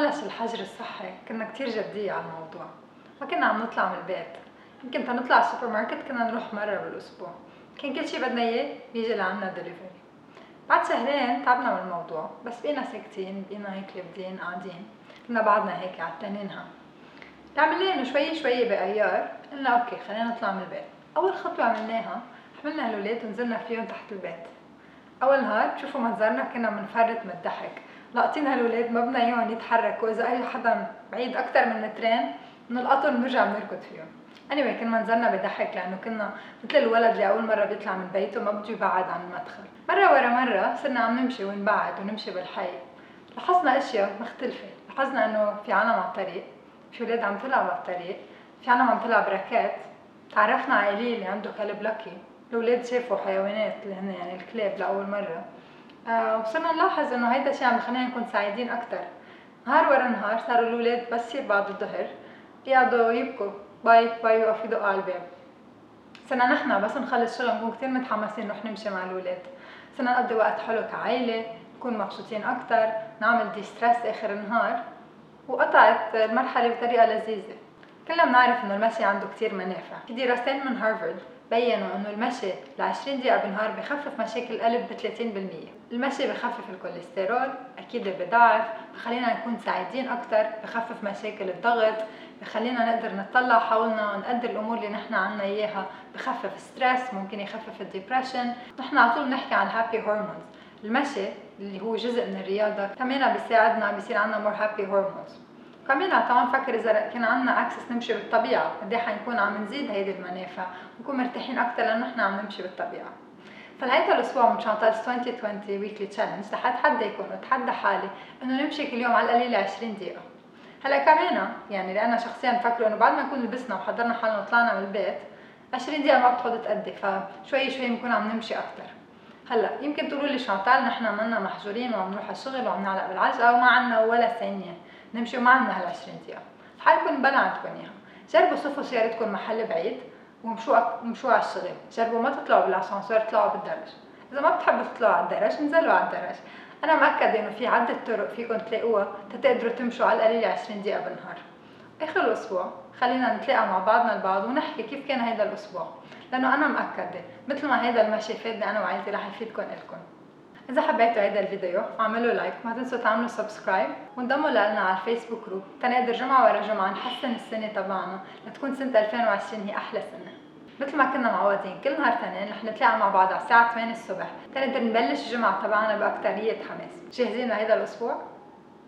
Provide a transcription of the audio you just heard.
بلش الحجر الصحي كنا كتير جدية على الموضوع، ما كنا عم نطلع من البيت. يمكن تنطلع السوبر ماركت كنا نروح مرة بالأسبوع، كان كل شي بدنا إياه بيجي لعنا دليفري. بعد شهرين تعبنا من الموضوع، بس بقينا ساكتين، بقينا هيك لابدين قاعدين، كنا بعدنا هيك عتلانينها. عملنا إنه شوي شوي بأيار قلنا أوكي خلينا نطلع من البيت. أول خطوة عملناها حملنا الأولاد ونزلنا فيهم تحت البيت. أول نهار بتشوفوا منظرنا كنا منفرط من الضحك، لاقطين هالولاد ما بدنا اياهم يتحركوا، إذا أي حدا بعيد أكتر من مترين بنلقطهم بنرجع بنركض فيهم. anyway كان منظرنا بضحك لأنه كنا مثل الولد اللي أول مرة بيطلع من بيته ما بده يبعد عن المدخل. مرة ورا مرة صرنا عم نمشي ونبعد ونمشي بالحي، لاحظنا أشياء مختلفة. لاحظنا إنه في عالم على الطريق، في ولاد عم تلعب على الطريق، في عالم عم تلعب راكات. تعرفنا على إيلي اللي عنده كلب لاكي. الولاد شافوا حيوانات اللي هن يعني الكلاب لأول مرة. وصرنا نلاحظ إنه هيدا الشيء عم يخلينا نكون سعيدين أكتر. نهار ورا نهار صاروا الولاد بس يصير بعد الظهر يقعدوا يبكوا باي باي ويوقفوا يدقوا على الباب. صرنا نحن بس نخلص شغل نكون كتير متحمسين نروح نمشي مع الولاد. صرنا نقضي وقت حلو كعائلة، نكون مبسوطين أكتر، نعمل دي ستريس آخر النهار. وقطعت المرحلة بطريقة لذيذة. كلنا بنعرف إنه المشي عنده كتير منافع. في دراستين من هارفارد بيّنوا إنه المشي ل20 دقيقة بالنهار بخفف مشاكل القلب ب30%. المشي بخفف الكوليسترول، أكيد بضعف، بخلينا نكون سعيدين أكتر، بخفف مشاكل الضغط، بخلينا نقدر نطلع حولنا ونقدر الأمور اللي نحن عنا إياها، بخفف ستريس، ممكن يخفف الديبريشن. نحن على طول بنحكي عن الهابي هرمونز. المشي اللي هو جزء من الرياضة كمان بيساعدنا بيصير عنا مور هابي هرمونز. كمان تعالوا نفكر إذا كان عنا أكسس نمشي بالطبيعة قد إيه حنكون عم نزيد هيدي المنافع ونكون مرتاحين أكتر لأنه نحن عم نمشي بالطبيعة. فلهيدا الأسبوع من شانتالز 2020 ويكلي تشالنج رح أتحداكم وأتحدى حالي إنه نمشي كل يوم على القليل 20 دقيقة. هلا كمان يعني لأنا شخصيا بفكر إنه بعد ما نكون لبسنا وحضرنا حالنا وطلعنا من البيت 20 دقيقة ما بتقعد تأدي، فشوي شوي بنكون عم نمشي أكتر. هلا يمكن تقولوا لي شانتال نحن منا محجورين وعم نروح على الشغل وعم نعلق بالعجقة وما عنا ولا ثانية نمشي وما عنا هال20 دقيقة. حالكم بلا عندكم اياها. جربوا صفوا سيارتكم محل بعيد ومشوا على الشغل. جربوا ما تطلعوا بالاسانسير، اطلعوا بالدرج. اذا ما بتحبوا تطلعوا على الدرج انزلوا على الدرج. انا مأكدة انه في عدة طرق فيكم تلاقوها تقدروا تمشوا على القليل 20 دقيقة بالنهار. اخر الاسبوع خلينا نتلاقى مع بعضنا البعض ونحكي كيف كان هيدا الاسبوع، لانه انا مأكدة مثل ما هيدا المشي فادني انا وعائلتي رح يفيدكم الكم. إذا حبيتوا هيدا الفيديو اعملوا لايك، ما تنسوا تعملوا سبسكرايب وانضموا لنا على الفيسبوك جروب تنقدر جمعة ورا جمعة نحسن السنة تبعنا لتكون سنة 2020 هي أحلى سنة. مثل ما كنا معودين كل نهار تنين رح نتلاقى مع بعض على الساعة 8 الصبح تنقدر نبلش الجمعة تبعنا بأكترية حماس. جاهزين لهيدا الأسبوع؟